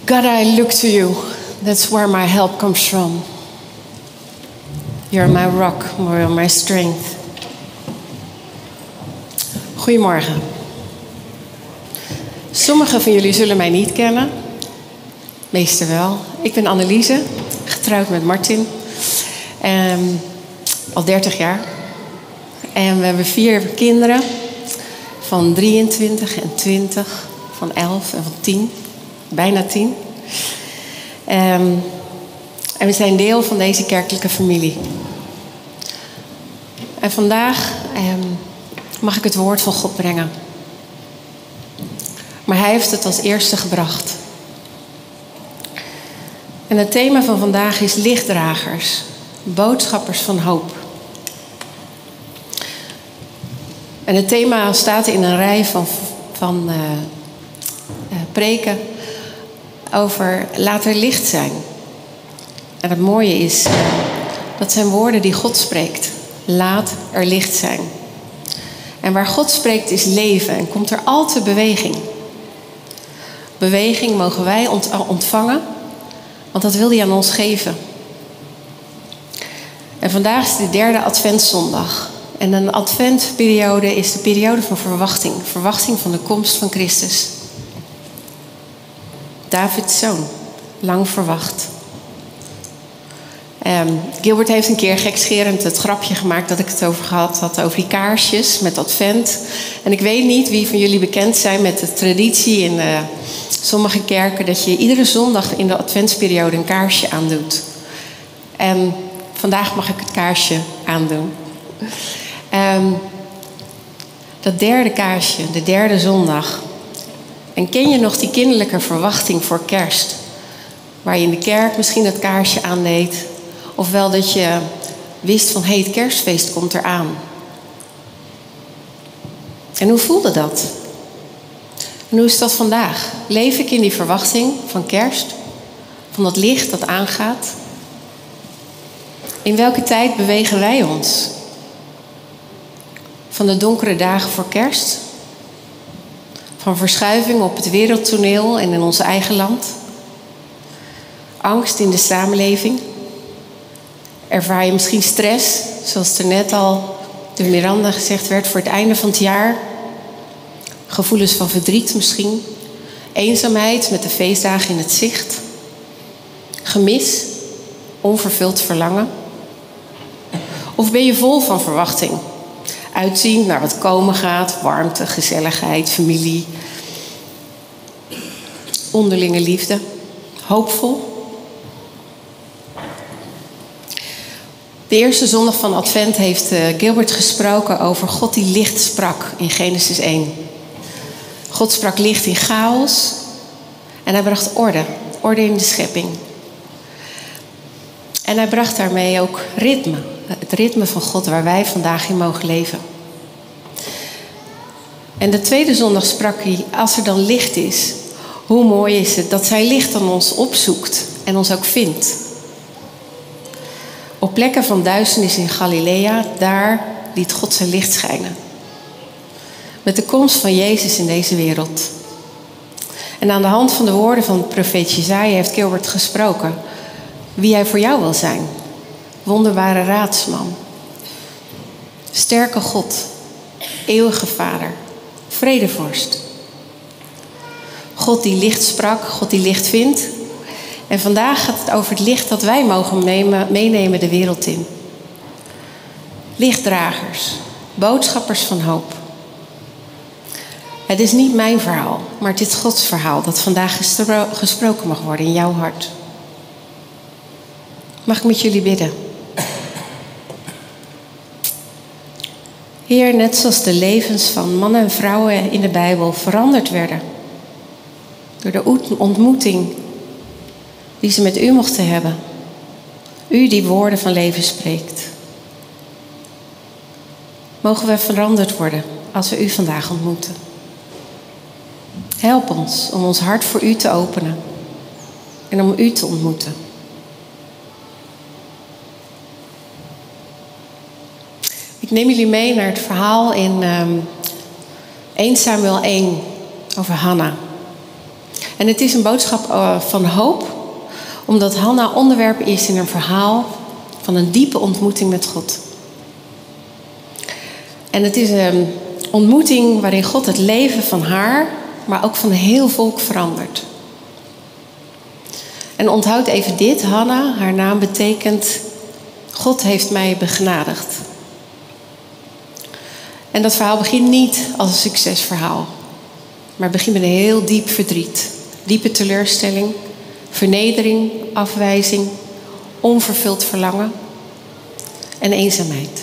God, I look to you. That's where my help comes from. You're my rock, you're my strength. Goedemorgen. Sommigen van jullie zullen mij niet kennen. Meesten wel. Ik ben Anneliese, getrouwd met Martin. Al 30 jaar. En we hebben 4 kinderen. Van 23 en 20. Van 11 en van 10. Bijna 10. En we zijn deel van deze kerkelijke familie. En vandaag mag ik het woord van God brengen. Maar hij heeft het als eerste gebracht. En het thema van vandaag is lichtdragers. Boodschappers van hoop. En het thema staat in een rij van preken over laat er licht zijn. En het mooie is, dat zijn woorden die God spreekt. Laat er licht zijn. En waar God spreekt is leven en komt er altijd beweging. Beweging mogen wij ontvangen, want dat wil hij aan ons geven. En vandaag is de 3e Adventszondag. En een adventperiode is de periode van verwachting. Verwachting van de komst van Christus. Davids zoon. Lang verwacht. Gilbert heeft een keer gekscherend het grapje gemaakt dat ik het over gehad had. Over die kaarsjes met advent. En ik weet niet wie van jullie bekend zijn met de traditie in sommige kerken. Dat je iedere zondag in de adventsperiode een kaarsje aandoet. En vandaag mag ik het kaarsje aandoen. Dat 3e kaarsje, de 3e zondag. En ken je nog die kinderlijke verwachting voor kerst? Waar je in de kerk misschien het kaarsje aandeed. Ofwel dat je wist van, het kerstfeest komt eraan. En hoe voelde dat? En hoe is dat vandaag? Leef ik in die verwachting van kerst? Van dat licht dat aangaat? In welke tijd bewegen wij ons? Van de donkere dagen voor kerst? Van verschuiving op het wereldtoneel en in ons eigen land? Angst in de samenleving? Ervaar je misschien stress, zoals er net al door Miranda gezegd werd, voor het einde van het jaar? Gevoelens van verdriet misschien? Eenzaamheid met de feestdagen in het zicht? Gemis? Onvervuld verlangen? Of ben je vol van verwachting? Uitzien naar wat komen gaat, warmte, gezelligheid, familie, onderlinge liefde, hoopvol. De eerste zondag van Advent heeft Gilbert gesproken over God die licht sprak in Genesis 1. God sprak licht in chaos en hij bracht orde in de schepping. En hij bracht daarmee ook ritme, het ritme van God waar wij vandaag in mogen leven. En de tweede zondag sprak hij, als er dan licht is, hoe mooi is het dat zijn licht dan ons opzoekt en ons ook vindt. Op plekken van duisternis in Galilea, daar liet God zijn licht schijnen. Met de komst van Jezus in deze wereld. En aan de hand van de woorden van de profeet Jesaja heeft Gilbert gesproken wie hij voor jou wil zijn. Wonderbare raadsman. Sterke God. Eeuwige Vader. Vredevorst. God die licht sprak, God die licht vindt. En vandaag gaat het over het licht dat wij mogen meenemen de wereld in. Lichtdragers, boodschappers van hoop. Het is niet mijn verhaal, maar het is Gods verhaal dat vandaag gesproken mag worden in jouw hart. Mag ik met jullie bidden? Heer, net zoals de levens van mannen en vrouwen in de Bijbel veranderd werden. Door de ontmoeting die ze met u mochten hebben. U die woorden van leven spreekt. Mogen we veranderd worden als we u vandaag ontmoeten. Help ons om ons hart voor u te openen. En om u te ontmoeten. Ik neem jullie mee naar het verhaal in 1 Samuel 1 over Hanna. En het is een boodschap van hoop, omdat Hanna onderwerp is in een verhaal van een diepe ontmoeting met God. En het is een ontmoeting waarin God het leven van haar, maar ook van een heel volk verandert. En onthoud even dit, Hanna, haar naam betekent God heeft mij begenadigd. En dat verhaal begint niet als een succesverhaal, maar begint met een heel diep verdriet. Diepe teleurstelling, vernedering, afwijzing, onvervuld verlangen en eenzaamheid.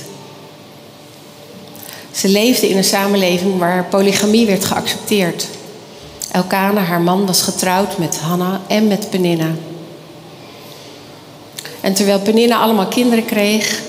Ze leefde in een samenleving waar polygamie werd geaccepteerd. Elkana, haar man, was getrouwd met Hanna en met Peninna. En terwijl Peninna allemaal kinderen kreeg,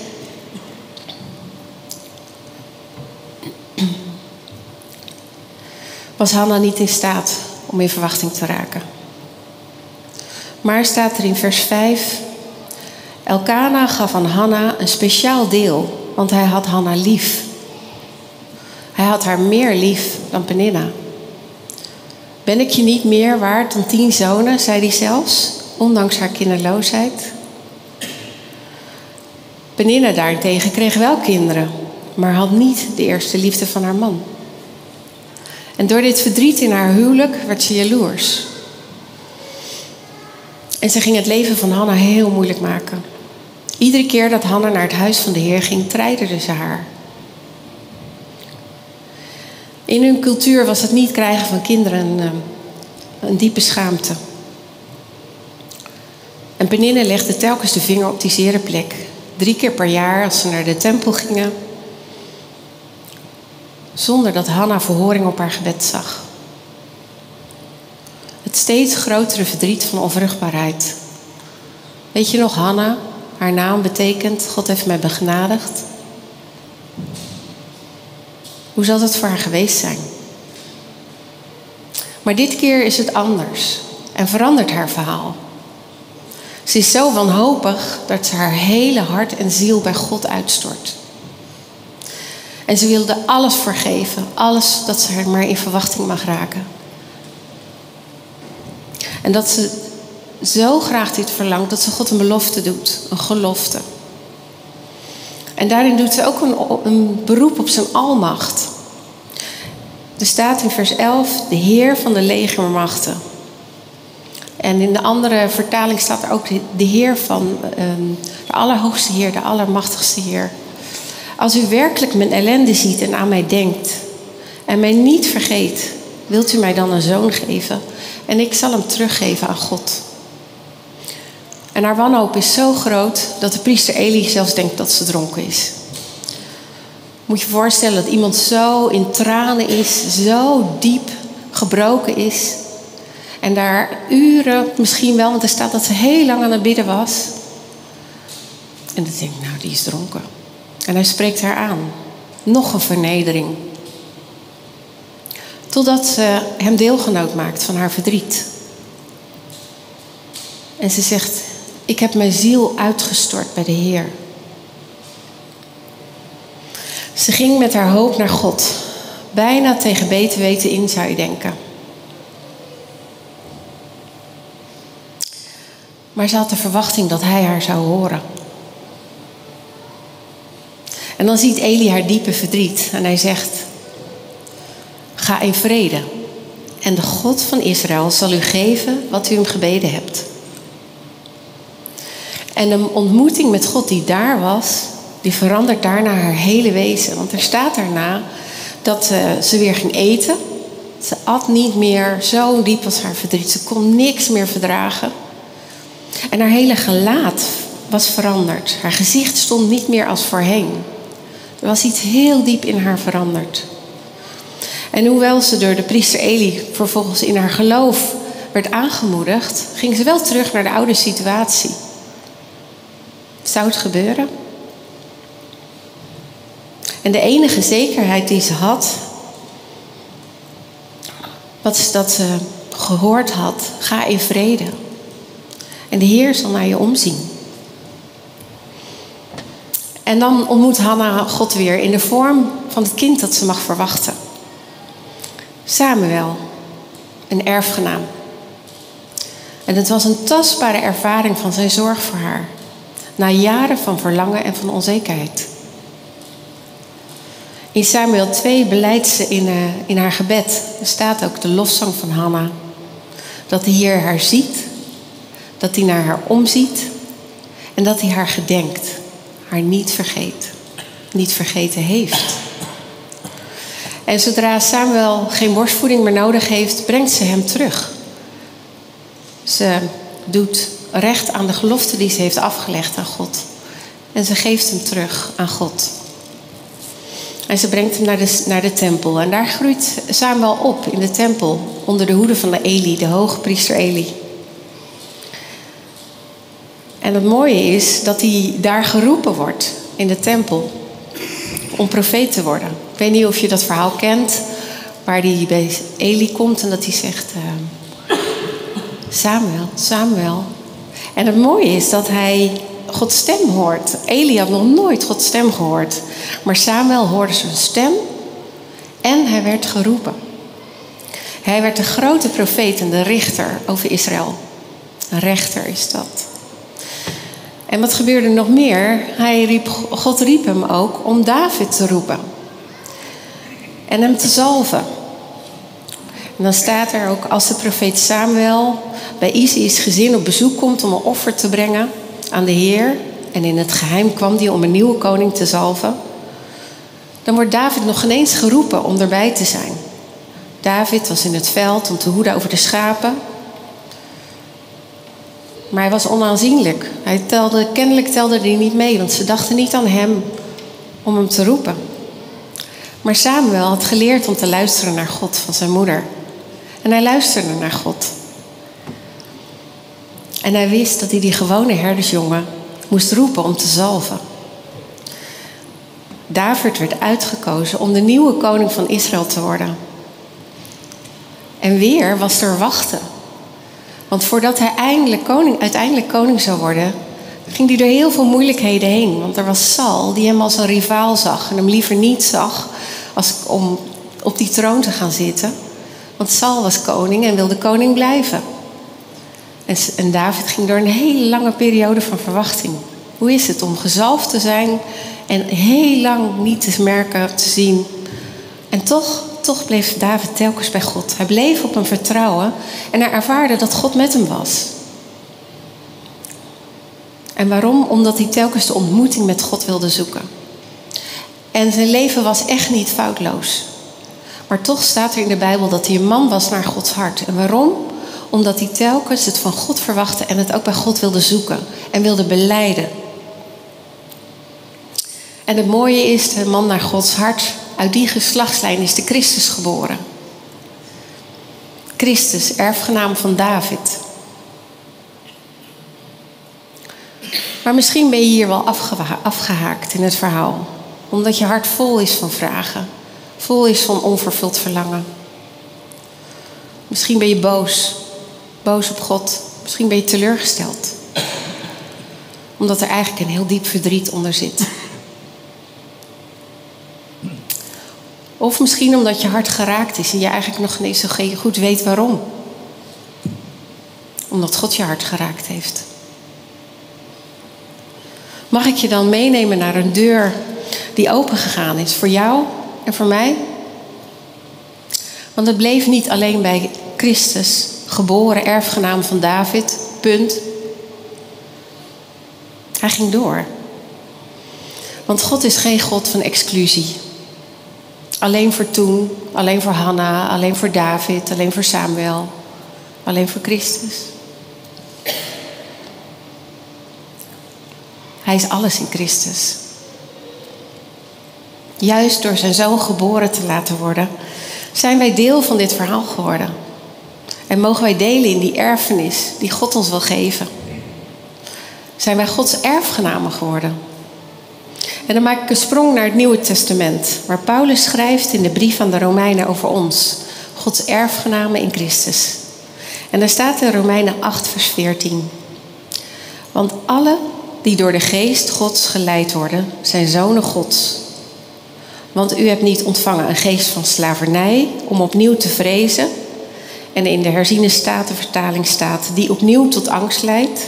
was Hanna niet in staat om in verwachting te raken. Maar staat er in vers 5... Elkana gaf aan Hanna een speciaal deel, want hij had Hanna lief. Hij had haar meer lief dan Peninna. Ben ik je niet meer waard dan 10 zonen, zei hij zelfs, ondanks haar kinderloosheid. Peninna daarentegen kreeg wel kinderen, maar had niet de eerste liefde van haar man. En door dit verdriet in haar huwelijk werd ze jaloers. En ze ging het leven van Hanna heel moeilijk maken. Iedere keer dat Hanna naar het huis van de Heer ging, treiterde ze haar. In hun cultuur was het niet krijgen van kinderen een diepe schaamte. En Peninna legde telkens de vinger op die zere plek. 3 keer per jaar als ze naar de tempel gingen, zonder dat Hanna verhoring op haar gebed zag. Het steeds grotere verdriet van onvruchtbaarheid. Weet je nog, Hanna, haar naam betekent God heeft mij begenadigd. Hoe zal dat voor haar geweest zijn? Maar dit keer is het anders en verandert haar verhaal. Ze is zo wanhopig dat ze haar hele hart en ziel bij God uitstort. En ze wilde alles vergeven, alles dat ze er maar in verwachting mag raken. En dat ze zo graag dit verlangt dat ze God een belofte doet, een gelofte. En daarin doet ze ook een beroep op zijn almacht. Er staat in vers 11, de Heer van de legermachten. En in de andere vertaling staat er ook de Heer van de Allerhoogste Heer, de Allermachtigste Heer. Als u werkelijk mijn ellende ziet en aan mij denkt en mij niet vergeet, wilt u mij dan een zoon geven en ik zal hem teruggeven aan God. En haar wanhoop is zo groot dat de priester Eli zelfs denkt dat ze dronken is. Moet je je voorstellen dat iemand zo in tranen is, zo diep gebroken is. En daar uren misschien wel, want er staat dat ze heel lang aan het bidden was. En dan denk ik, nou, die is dronken. En hij spreekt haar aan. Nog een vernedering. Totdat ze hem deelgenoot maakt van haar verdriet. En ze zegt, ik heb mijn ziel uitgestort bij de Heer. Ze ging met haar hoop naar God. Bijna tegen beter weten in, zou je denken. Maar ze had de verwachting dat hij haar zou horen. En dan ziet Eli haar diepe verdriet. En hij zegt, ga in vrede. En de God van Israël zal u geven wat u hem gebeden hebt. En de ontmoeting met God die daar was, die verandert daarna haar hele wezen. Want er staat daarna dat ze weer ging eten. Ze at niet meer, zo diep was haar verdriet. Ze kon niks meer verdragen. En haar hele gelaat was veranderd. Haar gezicht stond niet meer als voorheen. Er was iets heel diep in haar veranderd. En hoewel ze door de priester Eli vervolgens in haar geloof werd aangemoedigd, ging ze wel terug naar de oude situatie. Zou het gebeuren? En de enige zekerheid die ze had, was dat ze gehoord had, ga in vrede. En de Heer zal naar je omzien. En dan ontmoet Hanna God weer in de vorm van het kind dat ze mag verwachten. Samuel, een erfgenaam. En het was een tastbare ervaring van zijn zorg voor haar. Na jaren van verlangen en van onzekerheid. In Samuel 2 belijdt ze in haar gebed. Er staat ook de lofzang van Hanna. Dat de Heer haar ziet. Dat hij naar haar omziet. En dat hij haar gedenkt. Haar niet vergeet. Niet vergeten heeft. En zodra Samuel geen borstvoeding meer nodig heeft, brengt ze hem terug. Ze doet recht aan de gelofte die ze heeft afgelegd aan God. En ze geeft hem terug aan God. En ze brengt hem naar de tempel. En daar groeit Samuel op in de tempel. Onder de hoede van de Eli, de hoge priester Eli. En het mooie is dat hij daar geroepen wordt in de tempel. Om profeet te worden. Ik weet niet of je dat verhaal kent. Waar hij bij Eli komt en dat hij zegt... Samuel, Samuel. En het mooie is dat hij Gods stem hoort. Eli had nog nooit Gods stem gehoord. Maar Samuel hoorde zijn stem en hij werd geroepen. Hij werd de grote profeet en de richter over Israël. Een rechter is dat. En wat gebeurde nog meer? God riep hem ook om David te roepen. En hem te zalven. En dan staat er ook als de profeet Samuel bij Isaï's gezin op bezoek komt om een offer te brengen aan de Heer. En in het geheim kwam hij om een nieuwe koning te zalven. Dan wordt David nog geen eens geroepen om erbij te zijn. David was in het veld om te hoeden over de schapen. Maar hij was onaanzienlijk. Kennelijk telde hij niet mee, want ze dachten niet aan hem om hem te roepen. Maar Samuel had geleerd om te luisteren naar God van zijn moeder. En hij luisterde naar God. En hij wist dat hij die gewone herdersjongen moest roepen om te zalven. David werd uitgekozen om de nieuwe koning van Israël te worden. En weer was er wachten. Want voordat hij uiteindelijk koning zou worden, ging hij door heel veel moeilijkheden heen. Want er was Saul die hem als een rivaal zag en hem liever niet zag om op die troon te gaan zitten. Want Saul was koning en wilde koning blijven. En David ging door een hele lange periode van verwachting. Hoe is het om gezalfd te zijn en heel lang niet te merken, te zien. En toch bleef David telkens bij God. Hij bleef op hem vertrouwen en hij ervaarde dat God met hem was. En waarom? Omdat hij telkens de ontmoeting met God wilde zoeken. En zijn leven was echt niet foutloos. Maar toch staat er in de Bijbel dat hij een man was naar Gods hart. En waarom? Omdat hij telkens het van God verwachtte en het ook bij God wilde zoeken en wilde belijden. En het mooie is, de man naar Gods hart, uit die geslachtslijn is de Christus geboren. Christus, erfgenaam van David. Maar misschien ben je hier wel afgehaakt in het verhaal. Omdat je hart vol is van vragen. Vol is van onvervuld verlangen. Misschien ben je boos. Boos op God. Misschien ben je teleurgesteld. Omdat er eigenlijk een heel diep verdriet onder zit. Of misschien omdat je hart geraakt is en je eigenlijk nog niet zo goed weet waarom. Omdat God je hart geraakt heeft. Mag ik je dan meenemen naar een deur die opengegaan is voor jou en voor mij? Want het bleef niet alleen bij Christus, geboren erfgenaam van David, punt. Hij ging door. Want God is geen God van exclusie. Alleen voor toen, alleen voor Hanna, alleen voor David, alleen voor Samuel, alleen voor Christus. Hij is alles in Christus. Juist door zijn zoon geboren te laten worden, zijn wij deel van dit verhaal geworden. En mogen wij delen in die erfenis die God ons wil geven. Zijn wij Gods erfgenamen geworden. En dan maak ik een sprong naar het Nieuwe Testament, waar Paulus schrijft in de brief aan de Romeinen over ons. Gods erfgenamen in Christus. En daar staat in Romeinen 8 vers 14. Want alle die door de geest Gods geleid worden, zijn zonen Gods. Want u hebt niet ontvangen een geest van slavernij om opnieuw te vrezen. En in de herziene statenvertaling staat, die opnieuw tot angst leidt.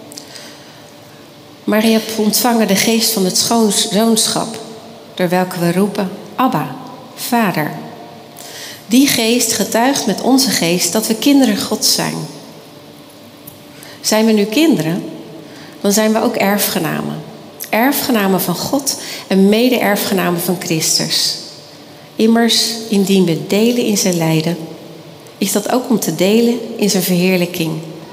Maar je hebt ontvangen de geest van het zoonschap, door welke we roepen, Abba, Vader. Die geest getuigt met onze geest dat we kinderen Gods zijn. Zijn we nu kinderen, dan zijn we ook erfgenamen. Erfgenamen van God en mede-erfgenamen van Christus. Immers, indien we delen in zijn lijden, is dat ook om te delen in zijn verheerlijking.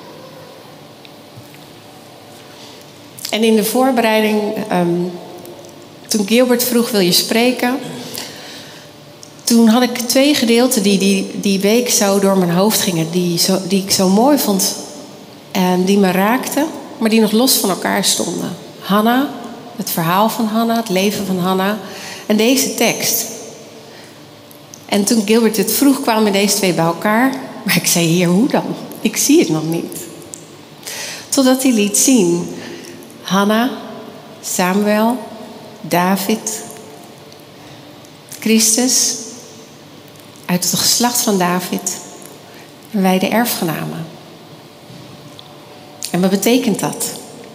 En in de voorbereiding, toen Gilbert vroeg, wil je spreken? Toen had ik 2 gedeelten die week zo door mijn hoofd gingen. Die ik zo mooi vond en die me raakten, maar die nog los van elkaar stonden. Hanna, het verhaal van Hanna, het leven van Hanna en deze tekst. En toen Gilbert het vroeg, kwamen deze 2 bij elkaar. Maar ik zei, Heer, hoe dan? Ik zie het nog niet. Totdat hij liet zien. Hanna, Samuel, David, Christus, uit het geslacht van David. En wij de erfgenamen. En wat betekent dat?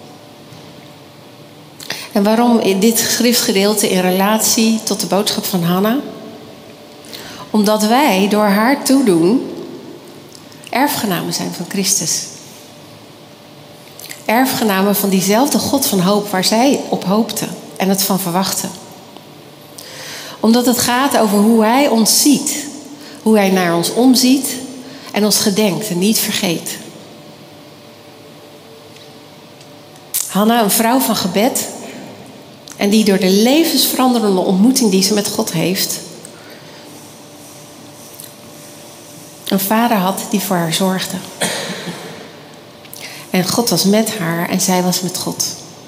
En waarom dit schriftgedeelte in relatie tot de boodschap van Hanna? Omdat wij door haar toedoen erfgenamen zijn van Christus. Erfgenamen van diezelfde God van hoop waar zij op hoopte en het van verwachtte. Omdat het gaat over hoe hij ons ziet. Hoe hij naar ons omziet en ons gedenkt en niet vergeet. Hanna, een vrouw van gebed. En die door de levensveranderende ontmoeting die ze met God heeft, een vader had die voor haar zorgde. En God was met haar en zij was met God.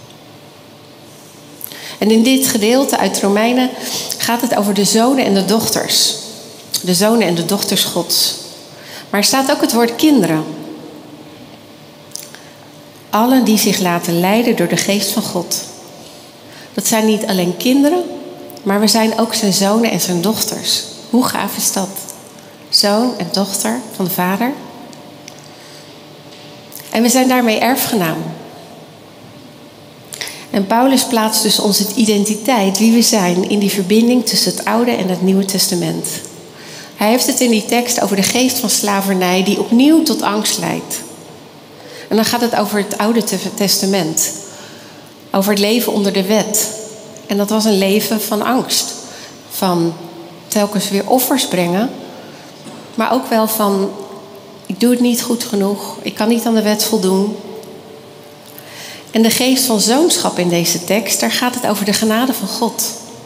En in dit gedeelte uit Romeinen gaat het over de zonen en de dochters. De zonen en de dochters Gods. Maar er staat ook het woord kinderen. Allen die zich laten leiden door de geest van God. Dat zijn niet alleen kinderen, maar we zijn ook zijn zonen en zijn dochters. Hoe gaaf is dat? Zoon en dochter van de Vader. En we zijn daarmee erfgenaam. En Paulus plaatst dus onze identiteit, wie we zijn, in die verbinding tussen het Oude en het Nieuwe Testament. Hij heeft het in die tekst over de geest van slavernij die opnieuw tot angst leidt. En dan gaat het over het Oude Testament. Over het leven onder de wet. En dat was een leven van angst. Van telkens weer offers brengen. Maar ook wel van, ik doe het niet goed genoeg. Ik kan niet aan de wet voldoen. En de geest van zoonschap in deze tekst, daar gaat het over de genade van God.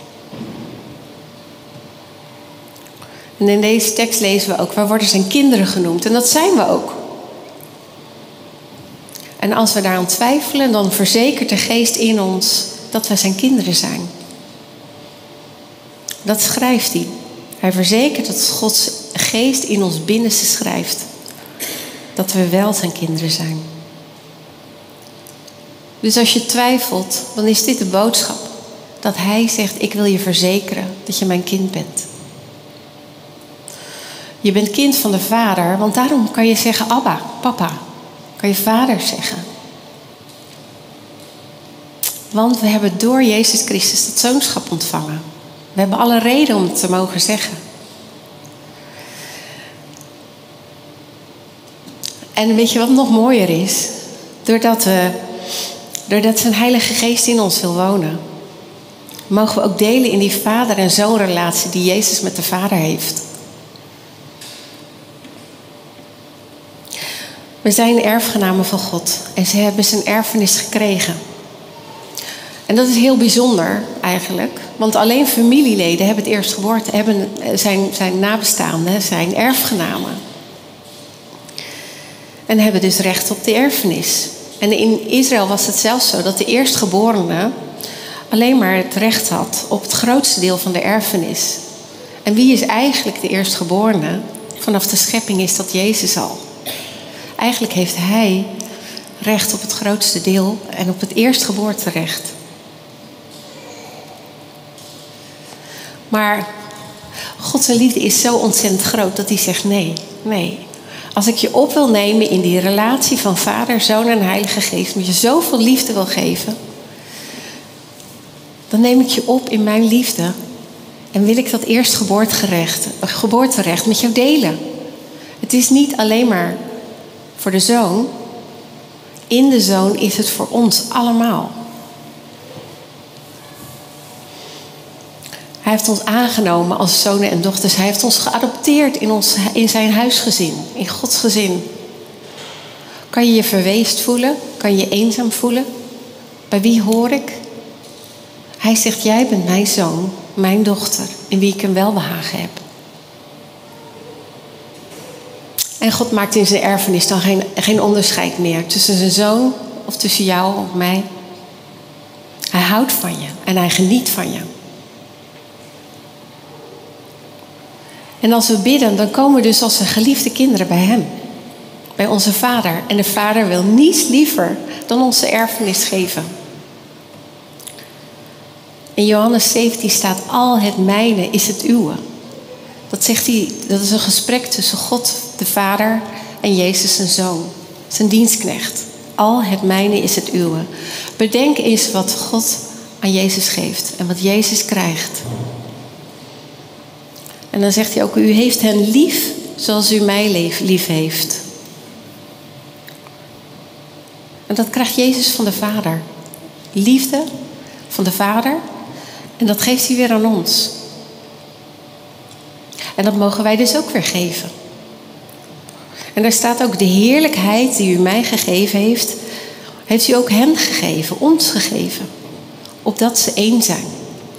En in deze tekst lezen we ook, wij worden zijn kinderen genoemd. En dat zijn we ook. En als we daaraan twijfelen, dan verzekert de geest in ons dat wij zijn kinderen zijn. Dat schrijft hij. Hij verzekert dat Gods geest in ons binnenste schrijft. Dat we wel zijn kinderen zijn. Dus als je twijfelt, dan is dit de boodschap. Dat hij zegt, ik wil je verzekeren dat je mijn kind bent. Je bent kind van de Vader, want daarom kan je zeggen, Abba, papa. Kan je vader zeggen. Want we hebben door Jezus Christus dat zoonschap ontvangen. We hebben alle reden om het te mogen zeggen. En weet je wat nog mooier is? Doordat zijn Heilige Geest in ons wil wonen, mogen we ook delen in die vader- en zoonrelatie die Jezus met de Vader heeft. We zijn erfgenamen van God en ze hebben zijn erfenis gekregen. En dat is heel bijzonder eigenlijk, want alleen familieleden hebben het eerstgeboorte, zijn nabestaanden, zijn erfgenamen. En hebben dus recht op de erfenis. En in Israël was het zelfs zo dat de eerstgeborene alleen maar het recht had op het grootste deel van de erfenis. En wie is eigenlijk de eerstgeborene? Vanaf de schepping is dat Jezus al. Eigenlijk heeft hij recht op het grootste deel en op het eerstgeboorterecht. Maar Gods liefde is zo ontzettend groot dat hij zegt nee. Als ik je op wil nemen in die relatie van Vader, Zoon en Heilige Geest, omdat je zoveel liefde wil geven, dan neem ik je op in mijn liefde. En wil ik dat geboorterecht met jou delen. Het is niet alleen maar voor de Zoon. In de Zoon is het voor ons allemaal. Hij heeft ons aangenomen als zonen en dochters. Hij heeft ons geadopteerd in zijn huisgezin, in Gods gezin. Kan je je verweest voelen? Kan je je eenzaam voelen? Bij wie hoor ik? Hij zegt, jij bent mijn zoon, mijn dochter, in wie ik een welbehagen heb. En God maakt in zijn erfenis dan geen onderscheid meer tussen zijn zoon of tussen jou of mij. Hij houdt van je en hij geniet van je. En als we bidden, dan komen we dus als een geliefde kinderen bij hem. Bij onze Vader. En de Vader wil niets liever dan onze erfenis geven. In Johannes 17 staat, al het mijne is het uwe. Dat zegt hij, dat is een gesprek tussen God, de Vader, en Jezus, zijn Zoon. Zijn dienstknecht. Al het mijne is het uwe. Bedenk eens wat God aan Jezus geeft en wat Jezus krijgt. En dan zegt hij ook, u heeft hen lief zoals u mij lief heeft. En dat krijgt Jezus van de Vader. Liefde van de Vader. En dat geeft hij weer aan ons. En dat mogen wij dus ook weer geven. En daar staat ook, de heerlijkheid die u mij gegeven heeft, heeft u ook hen gegeven, ons gegeven. Opdat ze één zijn.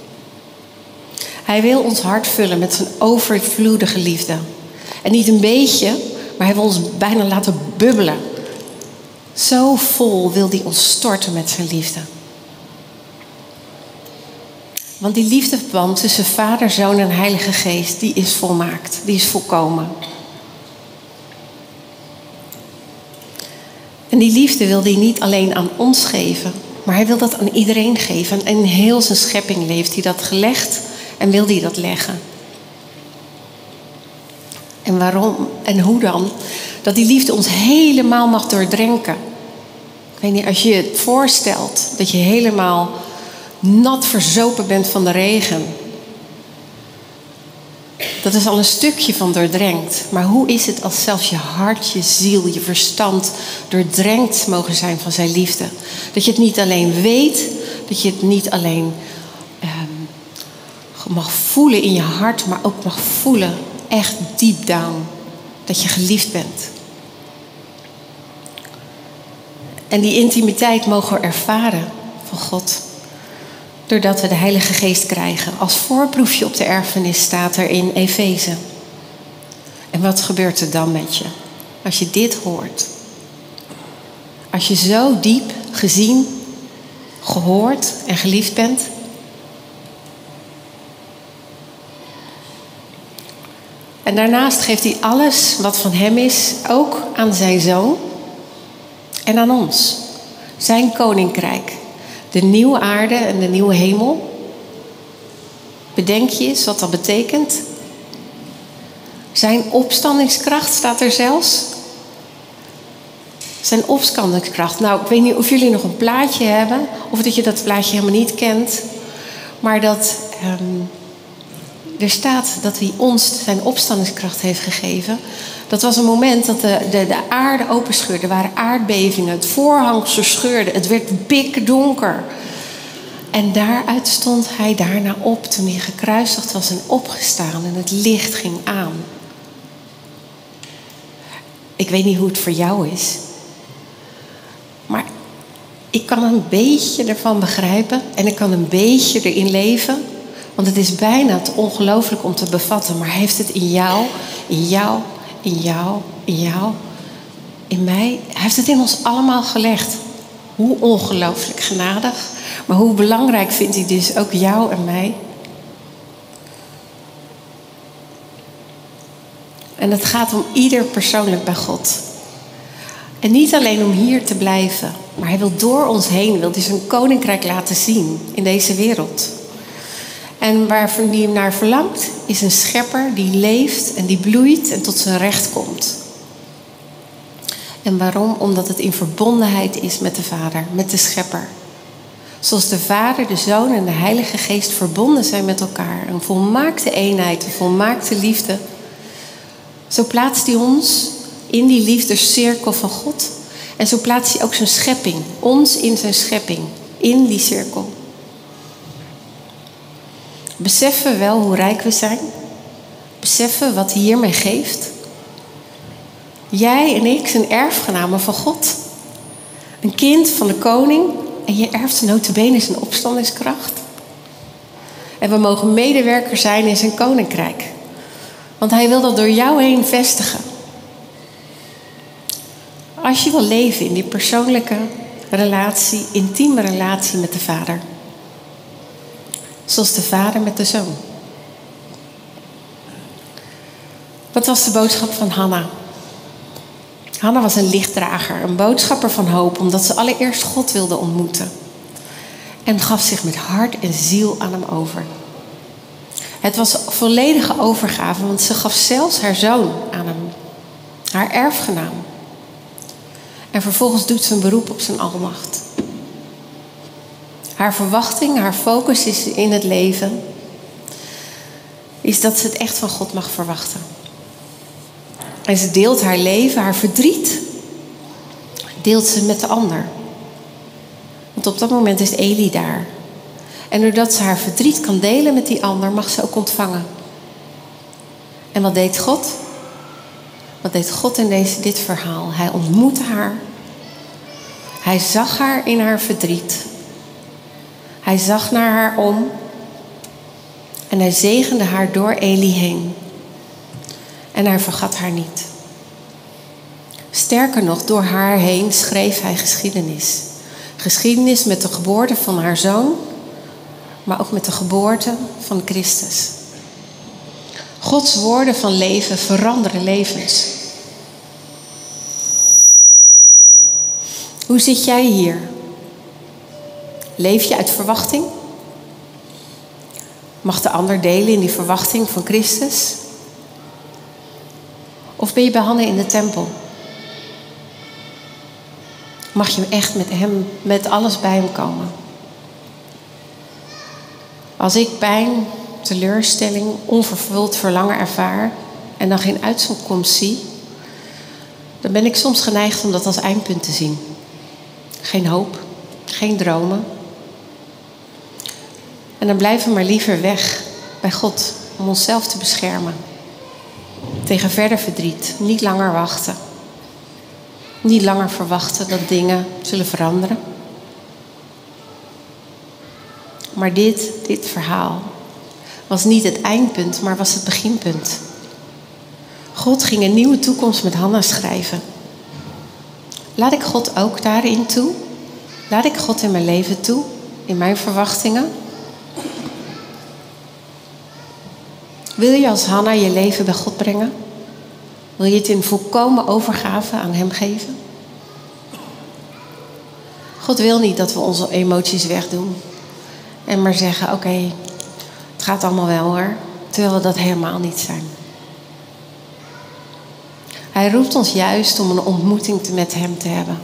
Hij wil ons hart vullen met zijn overvloedige liefde. En niet een beetje, maar hij wil ons bijna laten bubbelen. Zo vol wil hij ons storten met zijn liefde. Want die liefdeband tussen Vader, Zoon en Heilige Geest, die is volmaakt. Die is volkomen. En die liefde wil hij niet alleen aan ons geven, maar hij wil dat aan iedereen geven. En in heel zijn schepping heeft hij dat gelegd en wil hij dat leggen. En waarom en hoe dan? Dat die liefde ons helemaal mag doordrenken. Ik weet niet, als je het voorstelt dat je helemaal nat verzopen bent van de regen. Dat is al een stukje van doordrenkt. Maar hoe is het als zelfs je hart, je ziel, je verstand doordrenkt mogen zijn van zijn liefde? Dat je het niet alleen weet, dat je het niet alleen mag voelen in je hart, maar ook mag voelen echt deep down dat je geliefd bent. En die intimiteit mogen we ervaren van God. Doordat we de Heilige Geest krijgen. Als voorproefje op de erfenis staat er in Efeze. En wat gebeurt er dan met je? Als je dit hoort. Als je zo diep gezien, gehoord en geliefd bent. En daarnaast geeft hij alles wat van hem is, ook aan zijn Zoon en aan ons. Zijn koninkrijk. De nieuwe aarde en de nieuwe hemel. Bedenk je eens wat dat betekent? Zijn opstandingskracht staat er zelfs. Zijn opstandingskracht. Nou, ik weet niet of jullie nog een plaatje hebben. Of dat je dat plaatje helemaal niet kent. Maar dat er staat dat hij ons zijn opstandingskracht heeft gegeven. Dat was een moment dat de aarde openscheurde. Er waren aardbevingen. Het voorhangsel scheurde. Het werd pikdonker. En daaruit stond hij daarna op toen hij gekruisigd was en opgestaan. En het licht ging aan. Ik weet niet hoe het voor jou is. Maar ik kan een beetje ervan begrijpen. En ik kan een beetje erin leven. Want het is bijna te ongelooflijk om te bevatten. Maar hij heeft het in jou, in jou, in jou, in jou, in mij. Hij heeft het in ons allemaal gelegd. Hoe ongelooflijk genadig. Maar hoe belangrijk vindt hij dus ook jou en mij. En het gaat om ieder persoonlijk bij God. En niet alleen om hier te blijven. Maar hij wil door ons heen, wil hij zijn koninkrijk laten zien in deze wereld. En waar hij naar verlangt, is een schepper die leeft en die bloeit en tot zijn recht komt. En waarom? Omdat het in verbondenheid is met de Vader, met de Schepper. Zoals de Vader, de Zoon en de Heilige Geest verbonden zijn met elkaar. Een volmaakte eenheid, een volmaakte liefde. Zo plaatst hij ons in die liefdescirkel van God. En zo plaatst hij ook zijn schepping, ons in zijn schepping, in die cirkel. Beseffen we wel hoe rijk we zijn? Beseffen wat hij hiermee geeft? Jij en ik zijn erfgenamen van God. Een kind van de koning en je erft nota bene zijn opstandingskracht. En we mogen medewerker zijn in zijn koninkrijk. Want hij wil dat door jou heen vestigen. Als je wil leven in die persoonlijke relatie, intieme relatie met de Vader. Zoals de Vader met de Zoon. Wat was de boodschap van Hanna? Hanna was een lichtdrager, een boodschapper van hoop, omdat ze allereerst God wilde ontmoeten. En gaf zich met hart en ziel aan hem over. Het was volledige overgave, want ze gaf zelfs haar zoon aan hem. Haar erfgenaam. En vervolgens doet ze een beroep op zijn almacht. Haar verwachting, haar focus is in het leven, is dat ze het echt van God mag verwachten. En ze deelt haar leven, haar verdriet, deelt ze met de ander. Want op dat moment is Eli daar. En doordat ze haar verdriet kan delen met die ander, mag ze ook ontvangen. En wat deed God? Wat deed God in dit verhaal? Hij ontmoette haar. Hij zag haar in haar verdriet. Hij zag naar haar om. En hij zegende haar door Eli heen. En hij vergat haar niet. Sterker nog, door haar heen schreef hij geschiedenis. Geschiedenis met de geboorte van haar zoon, maar ook met de geboorte van Christus. Gods woorden van leven veranderen levens. Hoe zit jij hier? Leef je uit verwachting? Mag de ander delen in die verwachting van Christus? Of ben je bij Hanna in de tempel? Mag je echt met hem, met alles bij hem komen? Als ik pijn, teleurstelling, onvervuld verlangen ervaar en dan geen uitkomst zie, dan ben ik soms geneigd om dat als eindpunt te zien. Geen hoop, geen dromen. En dan blijven we maar liever weg bij God om onszelf te beschermen. Tegen verder verdriet, niet langer wachten. Niet langer verwachten dat dingen zullen veranderen. Maar dit verhaal was niet het eindpunt, maar was het beginpunt. God ging een nieuwe toekomst met Hanna schrijven. Laat ik God ook daarin toe? Laat ik God in mijn leven toe? In mijn verwachtingen? Wil je als Hanna je leven bij God brengen? Wil je het in volkomen overgave aan hem geven? God wil niet dat we onze emoties wegdoen. En maar zeggen, oké, het gaat allemaal wel hoor. Terwijl we dat helemaal niet zijn. Hij roept ons juist om een ontmoeting met hem te hebben.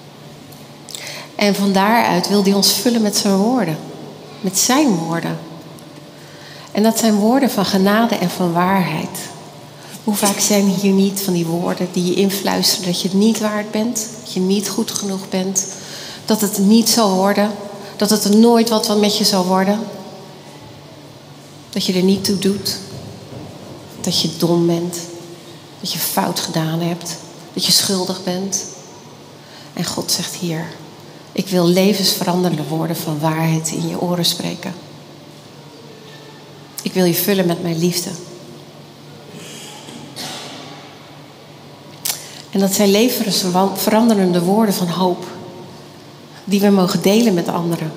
En van daaruit wil hij ons vullen met zijn woorden. Met zijn woorden. En dat zijn woorden van genade en van waarheid. Hoe vaak zijn hier niet van die woorden die je influisteren dat je het niet waard bent. Dat je niet goed genoeg bent. Dat het niet zal worden. Dat het er nooit wat met je zal worden. Dat je er niet toe doet. Dat je dom bent. Dat je fout gedaan hebt. Dat je schuldig bent. En God zegt hier, ik wil levensveranderende woorden van waarheid in je oren spreken. Ik wil je vullen met mijn liefde. En dat zijn levensveranderende woorden van hoop. Die we mogen delen met anderen.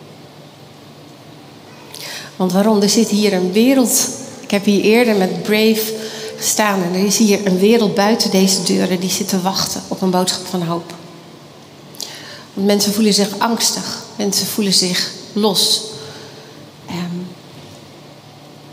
Want waarom? Er zit hier een wereld. Ik heb hier eerder met Brave gestaan. En er is hier een wereld buiten deze deuren. Die zit te wachten op een boodschap van hoop. Want mensen voelen zich angstig. Mensen voelen zich los.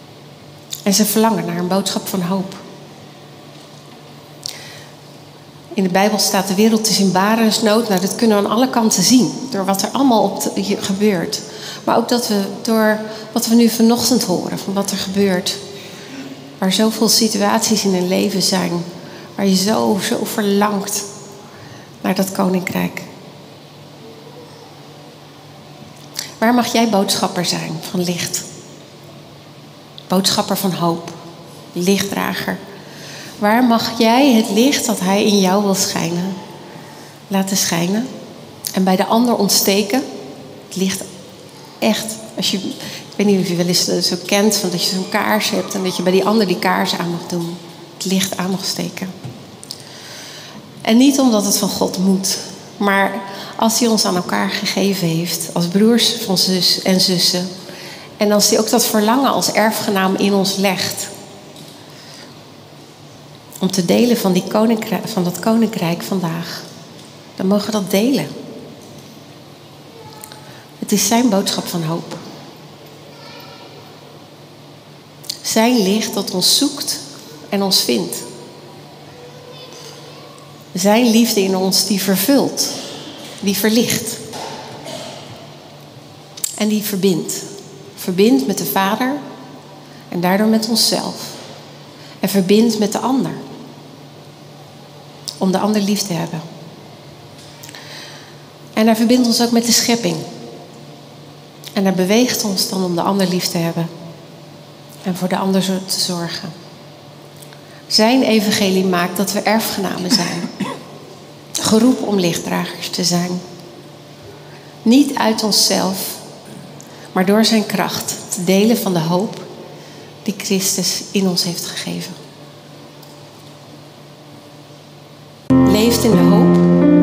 En ze verlangen naar een boodschap van hoop. In de Bijbel staat de wereld is in barensnood. Nou, dat kunnen we aan alle kanten zien. Door wat er allemaal gebeurt. Maar ook dat we door wat we nu vanochtend horen. Van wat er gebeurt. Waar zoveel situaties in een leven zijn. Waar je zo verlangt naar dat koninkrijk. Waar mag jij boodschapper zijn van licht? Boodschapper van hoop. Lichtdrager. Waar mag jij het licht dat hij in jou wil schijnen, laten schijnen? En bij de ander ontsteken. Het licht echt. Ik weet niet of je wel eens zo kent, van dat je zo'n kaars hebt en dat je bij die ander die kaars aan mag doen. Het licht aan mag steken. En niet omdat het van God moet. Maar als hij ons aan elkaar gegeven heeft. Als broers van zus en zussen. En als hij ook dat verlangen als erfgenaam in ons legt. Om te delen van dat koninkrijk vandaag. Dan mogen we dat delen. Het is zijn boodschap van hoop. Zijn licht dat ons zoekt en ons vindt. Zijn liefde in ons die vervult. Die verlicht. En die verbindt. Verbindt met de Vader. En daardoor met onszelf. En verbindt met de ander. Om de ander lief te hebben. En hij verbindt ons ook met de schepping. En hij beweegt ons dan om de ander lief te hebben. En voor de ander te zorgen. Zijn evangelie maakt dat we erfgenamen zijn. Geroepen om lichtdragers te zijn. Niet uit onszelf, maar door zijn kracht te delen van de hoop die Christus in ons heeft gegeven. Leeft in de hoop.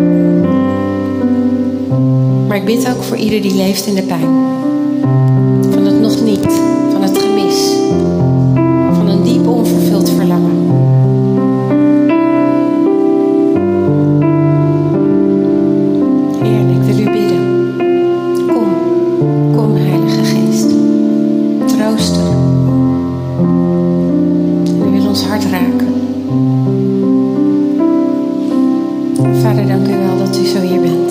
Maar ik bid ook voor ieder die leeft in de pijn. Van het nog niet, van het gemis. Van een diep onvervuld verlangen. Heer, ik wil u bidden. Kom Heilige Geest. Trooster. U wil ons hart raken. Vader, dank u wel dat u zo hier bent.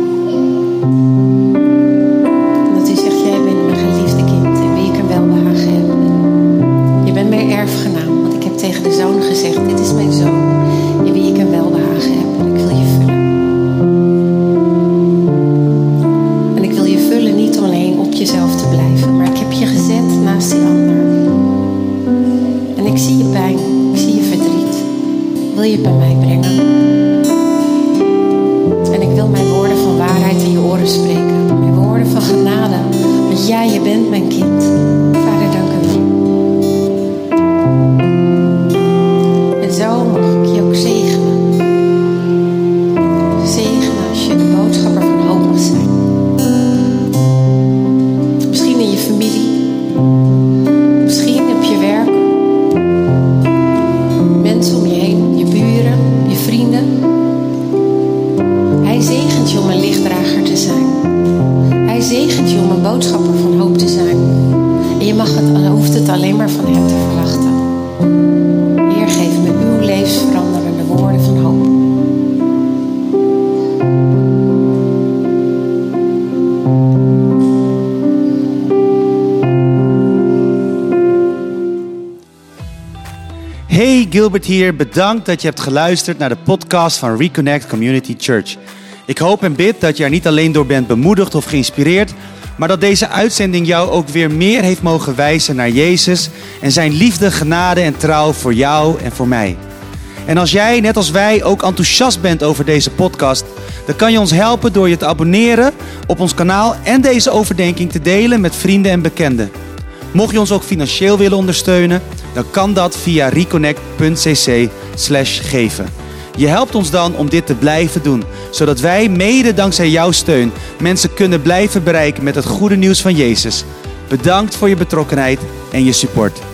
En dat u zegt, jij bent mijn geliefde kind en wie ik een welbehagen heb. Je bent mijn erfgenaam, want ik heb tegen de zoon gezegd, dit is mijn zoon in wie ik een welbehagen heb. En ik wil je vullen. En ik wil je vullen niet om alleen op jezelf te blijven, maar ik heb je gezet naast die ander. En ik zie je pijn, ik zie je verdriet. Wil je het bij mij brengen? En ik wil mijn woorden van waarheid in je oren spreken. Mijn woorden van genade. Want ja, je bent mijn kind. Vader, dank u wel. En zo mag ik je ook zegenen. Zegenen als je de boodschapper van hoop mag zijn. Misschien in je familie. Misschien op je werk. Mensen om je heen. Je buren. Je vrienden. Hij zegent je om een lichtdrager te zijn. Hij zegent je om een boodschapper van hoop te zijn. En je hoeft het alleen maar van hem te verwachten. Heer, geef me uw levensveranderende woorden van hoop. Hey, Gilbert hier. Bedankt dat je hebt geluisterd naar de podcast van Reconnect Community Church. Ik hoop en bid dat je er niet alleen door bent bemoedigd of geïnspireerd, maar dat deze uitzending jou ook weer meer heeft mogen wijzen naar Jezus en zijn liefde, genade en trouw voor jou en voor mij. En als jij, net als wij, ook enthousiast bent over deze podcast, dan kan je ons helpen door je te abonneren op ons kanaal en deze overdenking te delen met vrienden en bekenden. Mocht je ons ook financieel willen ondersteunen, dan kan dat via reconnect.cc/geven. Je helpt ons dan om dit te blijven doen, zodat wij mede dankzij jouw steun mensen kunnen blijven bereiken met het goede nieuws van Jezus. Bedankt voor je betrokkenheid en je support.